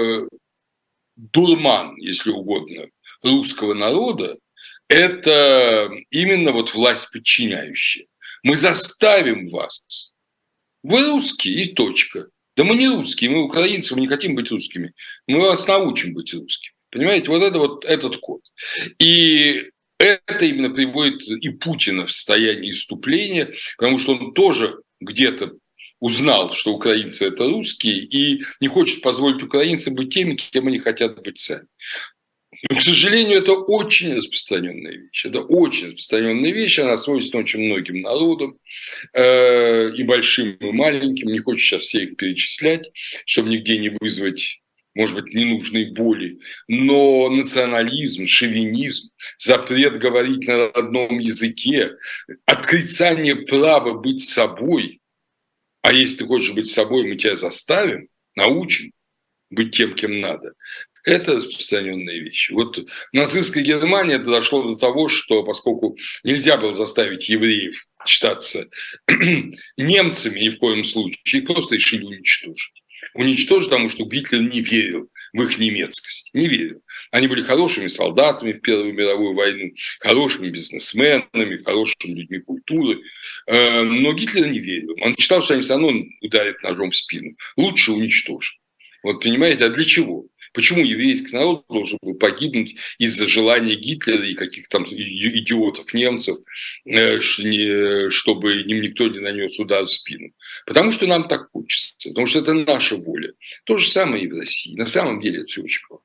дурман, если угодно, русского народа – это именно вот власть подчиняющая. Мы заставим вас. Вы русские, и точка. Да мы не русские, мы украинцы, мы не хотим быть русскими. Мы вас научим быть русскими. Понимаете, вот этот код. И это именно приводит и Путина в состояние исступления, потому что он тоже где-то узнал, что украинцы – это русские, и не хочет позволить украинцам быть теми, кем они хотят быть сами. Но, к сожалению, это очень распространенная вещь. Это очень распространенная вещь, она свойственна очень многим народам, и большим, и маленьким. Не хочу сейчас все их перечислять, чтобы нигде не вызвать, может быть, ненужной боли. Но национализм, шовинизм, запрет говорить на родном языке, отрицание права быть собой. А если ты хочешь быть собой, мы тебя заставим, научим быть тем, кем надо. Это распространенные вещи. Вот в нацистской Германии это дошло до того, что поскольку нельзя было заставить евреев считаться немцами ни в коем случае, и просто решили уничтожить. Уничтожить, потому что Гитлер не верил в их немецкость, не верил. Они были хорошими солдатами в Первую мировую войну, хорошими бизнесменами, хорошими людьми культуры, но Гитлер не верил. Он считал, что они все равно ударят ножом в спину. Лучше уничтожить. Вот понимаете, а для чего? Почему еврейский народ должен был погибнуть из-за желания Гитлера и каких-то там идиотов немцев, чтобы им никто не нанес удар в спину? Потому что нам так хочется, потому что это наша воля. То же самое и в России. На самом деле это все очень похоже.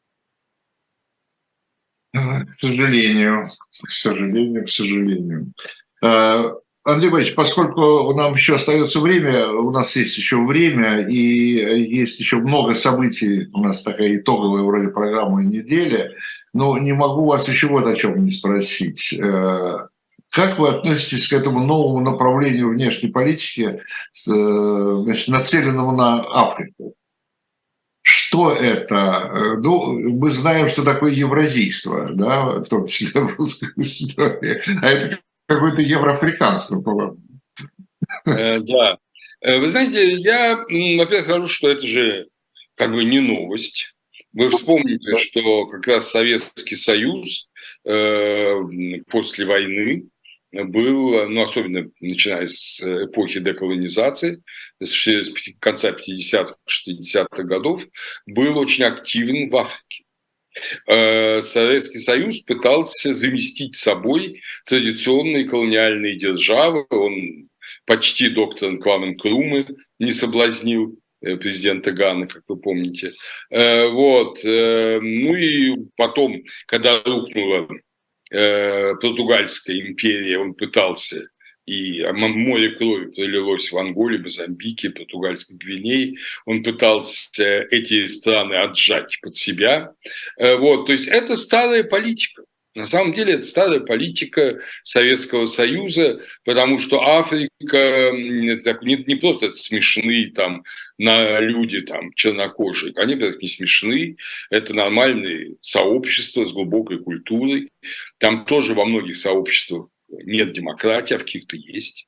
К сожалению, к сожалению, к сожалению. Андрей Борисович, поскольку нам еще остается время, у нас есть еще время, и есть еще много событий, у нас такая итоговая вроде программа недели, но не могу вас еще вот о чем не спросить. Как вы относитесь к этому новому направлению внешней политики, значит, нацеленному на Африку? Что это? Ну, мы знаем, что такое евразийство, да, в том числе в русской истории. А это какое-то евроафриканство, по-моему. Да. Вы знаете, я, во-первых, скажу, что это же как бы не новость. Вы вспомните, что как раз Советский Союз после войны был, ну, особенно начиная с эпохи деколонизации, с конца 50-х, 60-х годов, был очень активен в Африке. Советский Союз пытался заместить собой традиционные колониальные державы. Он почти доктор Кваме Нкрумы не соблазнил, президента Ганы, как вы помните. Вот. Ну и потом, когда рухнула Португальская империя, он пытался, и море крови пролилось в Анголе, Мозамбике, Португальской Гвинее, он пытался эти страны отжать под себя. Вот, то есть это старая политика. На самом деле это старая политика Советского Союза, потому что Африка не просто это смешные там люди там чернокожие, они не смешные, это нормальные сообщества с глубокой культурой. Там тоже во многих сообществах нет демократии, а в каких-то есть.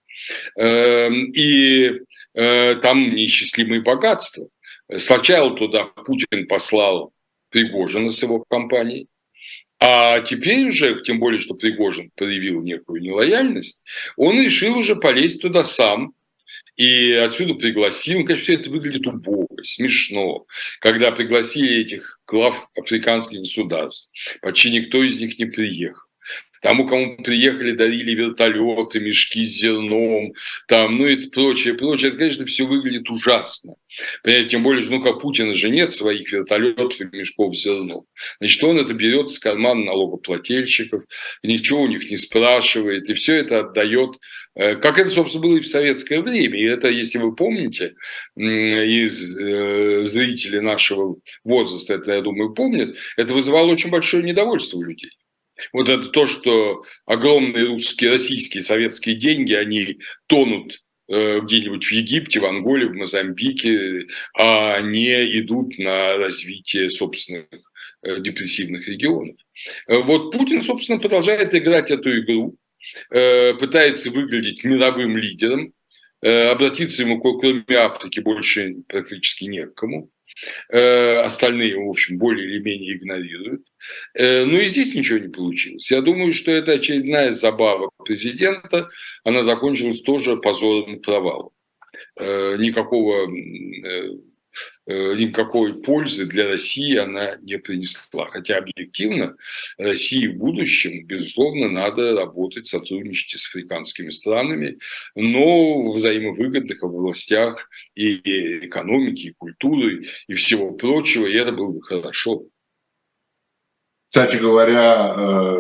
И там неисчислимые богатства. Сначала туда Путин послал Пригожина с его компанией, а теперь уже, тем более, что Пригожин проявил некую нелояльность, он решил уже полезть туда сам. И отсюда пригласил. Конечно, все это выглядит убого, смешно. Когда пригласили этих глав африканских государств, почти никто из них не приехал. Тому, кому приехали, дарили вертолеты, мешки с зерном, там, ну и прочее, прочее. Это, конечно, все выглядит ужасно. Понимаете, тем более, ну, как Путина же нет своих вертолетов и мешков с зерном. Значит, он это берет из кармана налогоплательщиков, ничего у них не спрашивает, и все это отдает, как это, собственно, было и в советское время. И это, если вы помните, из зрителей нашего возраста, это, я думаю, помнят, это вызывало очень большое недовольство у людей. Вот это то, что огромные русские, российские, советские деньги, они тонут где-нибудь в Египте, в Анголе, в Мозамбике, а не идут на развитие собственных депрессивных регионов. Вот Путин, собственно, продолжает играть эту игру, пытается выглядеть мировым лидером, обратиться ему, кроме Африки, больше практически не к кому. Остальные, в общем, более или менее игнорируют. Но и здесь ничего не получилось. Я думаю, что это очередная забава президента. Она закончилась тоже позорным провалом. Никакой пользы для России она не принесла. Хотя объективно России в будущем, безусловно, надо работать, сотрудничать с африканскими странами, но в взаимовыгодных областях и экономики, и культуры, и всего прочего, и это было бы хорошо. Кстати говоря,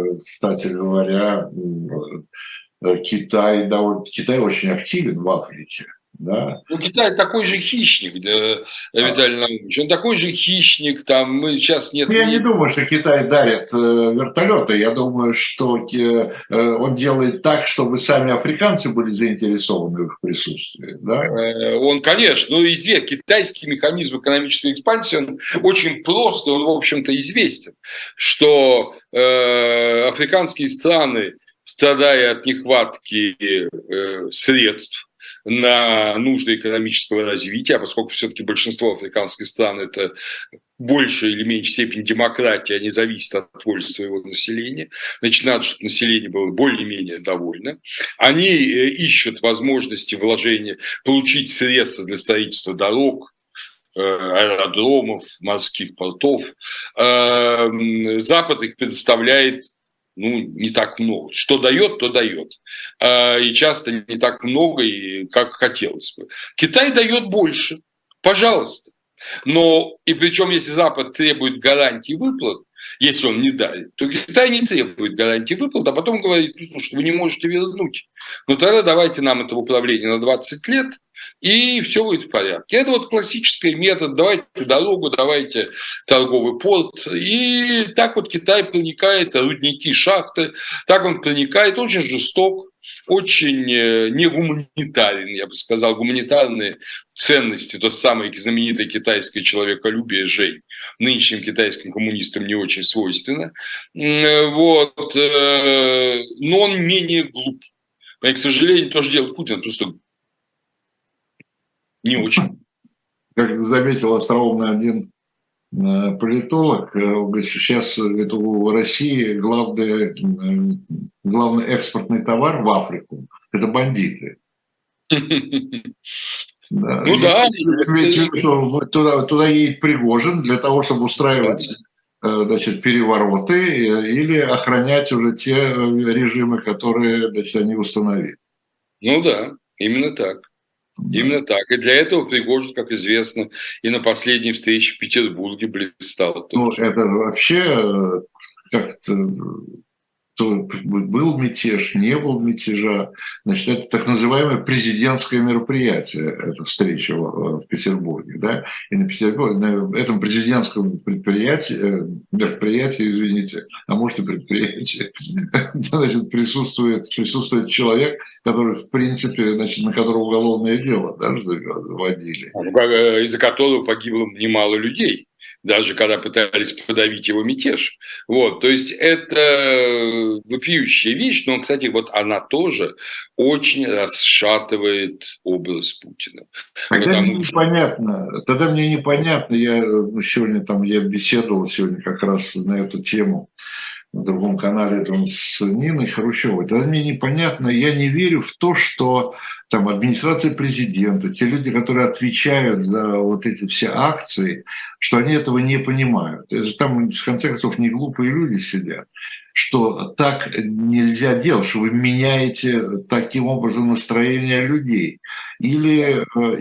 Китай очень активен в Африке. Да. Ну, Китай такой же хищник, Виталий Наумович. Он такой же хищник, там мы сейчас нет... Я не думаю, что Китай дарит вертолеты. Я думаю, что он делает так, чтобы сами африканцы были заинтересованы в их присутствии. Да? Он, конечно, ну, китайский механизм экономической экспансии, он очень прост, он, в общем-то, известен, что африканские страны страдая от нехватки средств на нужды экономического развития, а поскольку все-таки большинство африканских стран – это в большей или меньшей степени демократия, не зависит от воли своего населения, значит, надо, чтобы население было более-менее довольно. Они ищут возможности вложения, получить средства для строительства дорог, аэродромов, морских портов. Запад их предоставляет не так много. Что дает, то дает. И часто не так много, как хотелось бы. Китай дает больше. Пожалуйста. Но, и причем, если Запад требует гарантий выплат, если он не дарит, то Китай не требует гарантий выплат, а потом говорит: слушайте, вы не можете вернуть. Тогда давайте нам это в управление на 20 лет, и все будет в порядке. Это вот классический метод: давайте дорогу, давайте торговый порт. И так вот Китай проникает, рудники, шахты, так он проникает, очень жесток, очень негуманитарен, я бы сказал. Гуманитарные ценности, то самое знаменитое китайское человеколюбие Жень, нынешним китайским коммунистам не очень свойственно. Вот. Но он менее глуп. И, к сожалению, то, что делает Путин, просто не очень. Как заметил остроумный один политолог, говорит, что сейчас у России главный экспортный товар в Африку – это бандиты. Туда едет Пригожин для того, чтобы устраивать перевороты или охранять уже те режимы, которые они установили. Именно так. Именно так. И для этого Пригожин, как известно, и на последней встрече в Петербурге блистал. Это вообще как-то... Был мятеж, не был мятежа. Значит, это так называемое президентское мероприятие, эта встреча в Петербурге. Да? И на этом президентском мероприятии, извините, а может и предприятии, значит, присутствует человек, который, в принципе, на которого уголовное дело даже заводили. Из-за которого погибло немало людей. Даже когда пытались подавить его мятеж. То есть это вопиющая вещь, но, кстати, она тоже очень расшатывает образ Путина. Тогда мне непонятно, я беседовал сегодня как раз на эту тему на другом канале с Ниной Хрущевой. Тогда мне непонятно, я не верю в то, что там администрация президента, те люди, которые отвечают за вот эти все акции, что они этого не понимают. Там, в конце концов, не глупые люди сидят, что так нельзя делать, что вы меняете таким образом настроение людей. Или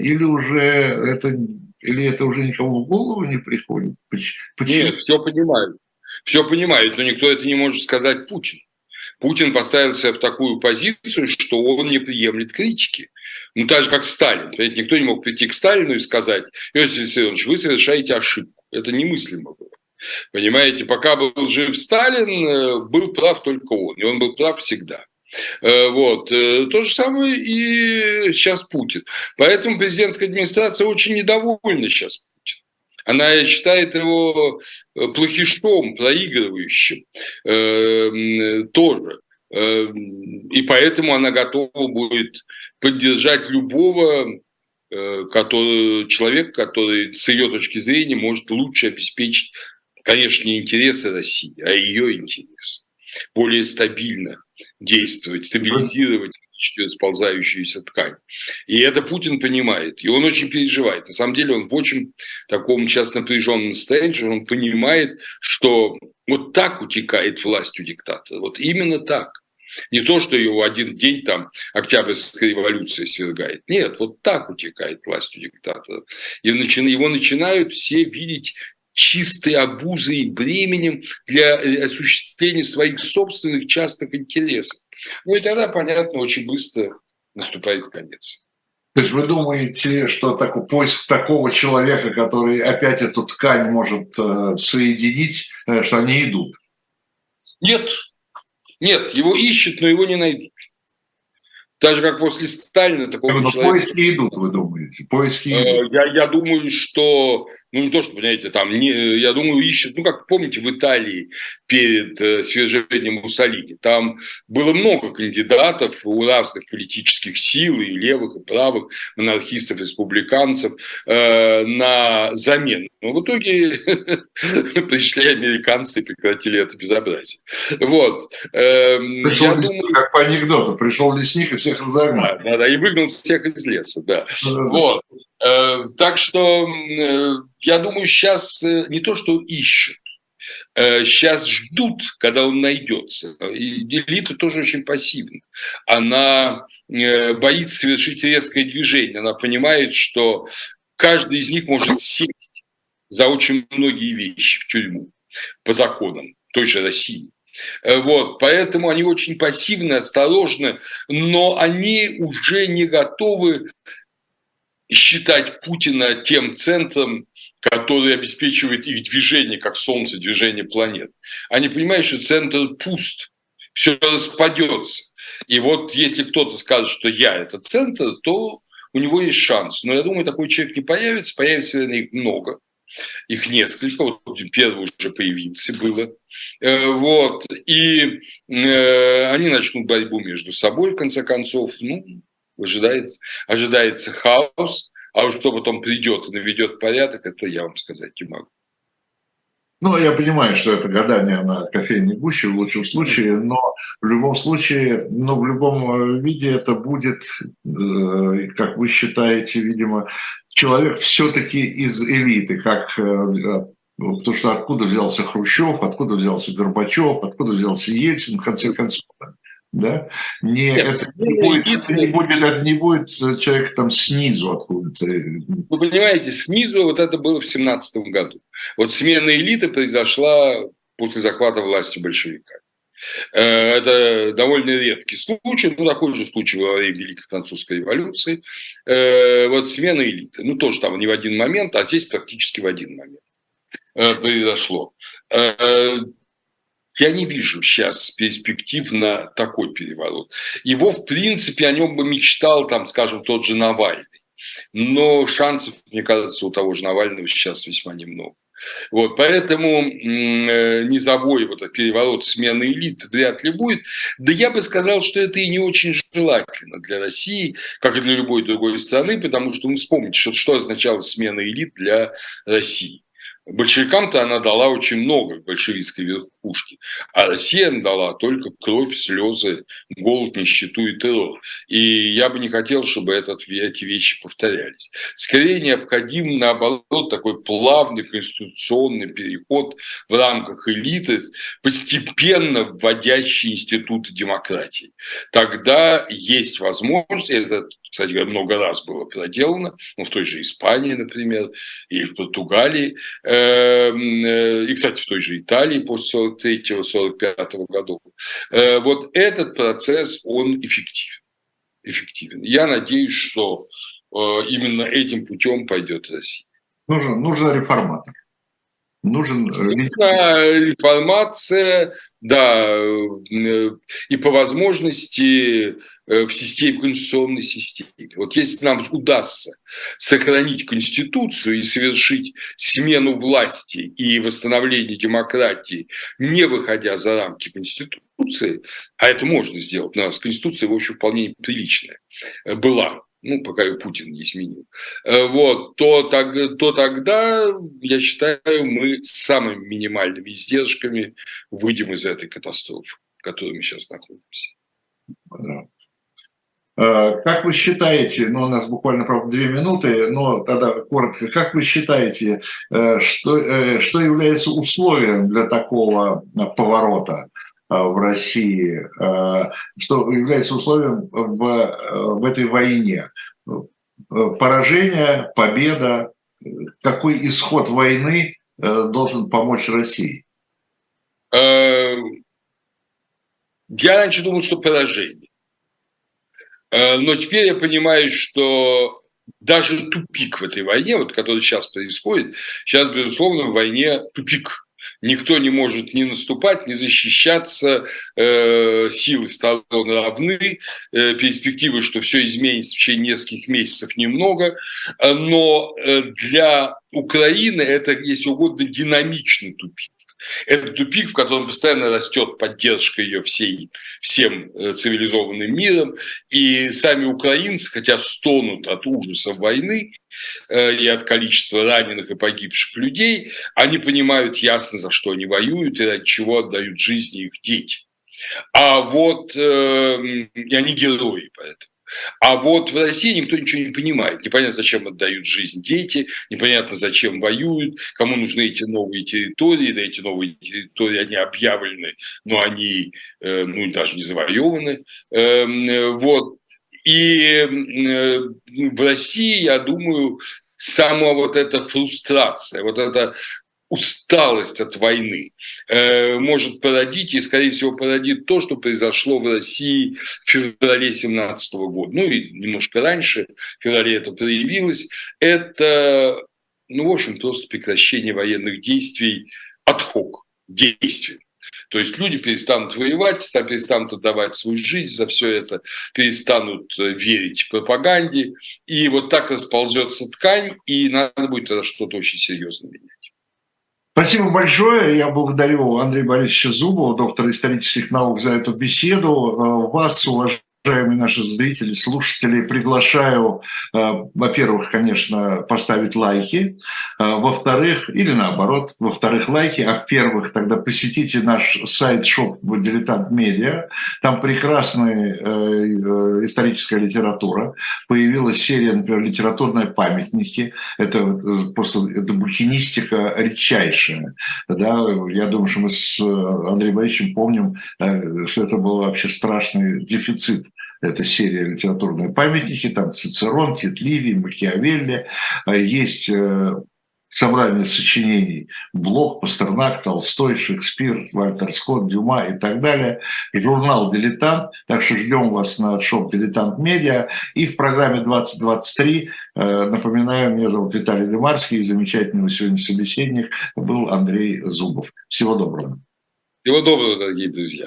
это уже никому в голову не приходит? Почему? Нет, все понимают. Все понимают, но никто это не может сказать Путин. Путин поставил себя в такую позицию, что он не приемлет критики. Так же, как Сталин. Никто не мог прийти к Сталину и сказать: Иосиф Виссарионович, вы совершаете ошибку. Это немыслимо было. Понимаете, пока был жив Сталин, был прав только он. И он был прав всегда. То же самое и сейчас Путин. Поэтому президентская администрация очень недовольна сейчас. Она считает его плохишом, проигрывающим тоже. И поэтому она готова будет поддержать любого человека, который с ее точки зрения может лучше обеспечить, конечно, не интересы России, а ее интересы. Более стабильно действовать, стабилизировать расползающуюся ткань. И это Путин понимает. И он очень переживает. На самом деле он в очень таком сейчас напряженном состоянии, что он понимает, что вот так утекает власть у диктатора. Вот именно так. Не то, что его один день там Октябрьская революция свергает. Нет, вот так утекает власть у диктатора. И его начинают все видеть чистой обузой и бременем для осуществления своих собственных частных интересов. И тогда, понятно, очень быстро наступает конец. То есть вы думаете, что поиск такого человека, который опять эту ткань может соединить, что они идут? Нет, его ищут, но его не найдут. Так же, как после Сталина такого человека... Поиски идут, вы думаете? Поиски идут. Я думаю, что Ну, не то, что, понимаете, там, я думаю, ищут, ну, как помните, в Италии перед свержением Муссолини, там было много кандидатов у разных политических сил, и левых, и правых, монархистов, республиканцев, на замену. Но в итоге пришли американцы и прекратили это безобразие. Вот. Пришел лесник, как по анекдоту, пришел лесник и всех разогнал. Да, и выгнал всех из леса, да. Вот. Так что я думаю, сейчас не то, что ищут, сейчас ждут, когда он найдется. И элита тоже очень пассивна. Она боится совершить резкое движение. Она понимает, что каждый из них может сесть за очень многие вещи в тюрьму по законам той же России. Вот, поэтому они очень пассивны, осторожны, но они уже не готовы считать Путина тем центром, который обеспечивает их движение, как Солнце, движение планет. Они понимают, что центр пуст, все распадется. И вот если кто-то скажет, что я это центр, то у него есть шанс. Но я думаю, такой человек не появится, наверное, их много. Их несколько, вот первый уже появился было. Вот. И они начнут борьбу между собой, в конце концов. Ну, ожидается хаос, а уж кто потом придет и наведет порядок, это я вам сказать не могу. Ну, я понимаю, что это гадание на кофейной гуще в лучшем случае, но в любом случае, в любом виде это будет, как вы считаете, видимо, человек все-таки из элиты, потому что откуда взялся Хрущев, откуда взялся Горбачев, откуда взялся Ельцин, в конце концов. Да? Это не будет человек там снизу откуда-то. Вы понимаете, снизу вот это было в 17 году. Вот смена элиты произошла после захвата власти большевиками. Это довольно редкий случай, такой же случай во время Великой Французской революции. Вот смена элиты. Ну, тоже там не в один момент, а здесь практически в один момент произошло. Я не вижу сейчас перспектив на такой переворот. Его, в принципе, о нем бы мечтал, там, скажем, тот же Навальный. Но шансов, мне кажется, у того же Навального сейчас весьма немного. Вот, поэтому низовой вот этот переворот, смены элит вряд ли будет. Да я бы сказал, что это и не очень желательно для России, как и для любой другой страны, потому что, вспомните, что означала смена элит для России. Большевикам-то она дала очень много большевистской верхушки, а Россия дала только кровь, слезы, голод, нищету и террор. И я бы не хотел, чтобы эти вещи повторялись. Скорее необходим, наоборот, такой плавный конституционный переход в рамках элиты, постепенно вводящий институты демократии. Тогда есть возможность, это, кстати говоря, много раз было проделано, в той же Испании, например, или в Португалии, и, кстати, в той же Италии после 43-45 годов. Вот этот процесс, он эффективен. Я надеюсь, что именно этим путем пойдет Россия. Нужен реформатор. Нужна реформация, да, и по возможности в конституционной системе. Вот если нам удастся сохранить Конституцию и совершить смену власти и восстановление демократии, не выходя за рамки Конституции, а это можно сделать, у нас Конституция, в общем, вполне приличная была, пока ее Путин не изменил, вот, то тогда, я считаю, мы с самыми минимальными издержками выйдем из этой катастрофы, в которой мы сейчас находимся. Как вы считаете, у нас буквально, правда, 2 минуты, но тогда коротко, как вы считаете, что является условием для такого поворота в России, что является условием в этой войне? Поражение, победа, какой исход войны должен помочь России? Я раньше думал, что поражение. Но теперь я понимаю, что даже тупик в этой войне, который сейчас происходит, сейчас, безусловно, в войне тупик. Никто не может ни наступать, ни защищаться, силы сторон равны, перспективы, что все изменится в течение нескольких месяцев, немного, но для Украины это, если угодно, динамичный тупик. Это тупик, в котором постоянно растет поддержка ее всем цивилизованным миром, и сами украинцы, хотя стонут от ужаса войны и от количества раненых и погибших людей, они понимают ясно, за что они воюют и ради чего отдают жизни их дети. И они герои поэтому. А вот в России никто ничего не понимает. Непонятно, зачем отдают жизнь дети, непонятно, зачем воюют, кому нужны эти новые территории. Да, эти новые территории, они объявлены, но они даже не завоеваны. Вот. И в России, я думаю, сама вот эта фрустрация, вот эта усталость от войны может породить, и, скорее всего, породит то, что произошло в России в феврале 2017 года. Ну и немножко раньше, в феврале это проявилось. Это, в общем, просто прекращение военных действий ad-hoc, действий. То есть люди перестанут воевать, перестанут отдавать свою жизнь за все это, перестанут верить пропаганде. И вот так расползется ткань, и надо будет тогда что-то очень серьезно менять. Спасибо большое. Я благодарю Андрея Борисовича Зубова, доктора исторических наук, за эту беседу. Вас, уважаемые наши зрители, слушатели, приглашаю, во-первых, конечно, поставить лайки, во-вторых, или наоборот, во-вторых, лайки, а в-первых, тогда посетите наш сайт-шоп «Дилетант Медиа». Там прекрасная историческая литература. Появилась серия, например, «Литературные памятники». Это просто букинистика редчайшая. Да? Я думаю, что мы с Андреем Борисовичем помним, что это был вообще страшный дефицит. Это серия «Литературные памятники», там Цицерон, Тит Ливий, Макиавелли. Есть собрание сочинений Блок, Пастернак, Толстой, Шекспир, Вальтер Скотт, Дюма и так далее. И журнал «Дилетант». Так что ждем вас на шоп «Дилетант Медиа». И в программе 2023, напоминаю, меня зовут Виталий Демарский, и замечательный сегодня собеседник был Андрей Зубов. Всего доброго. Всего доброго, дорогие друзья.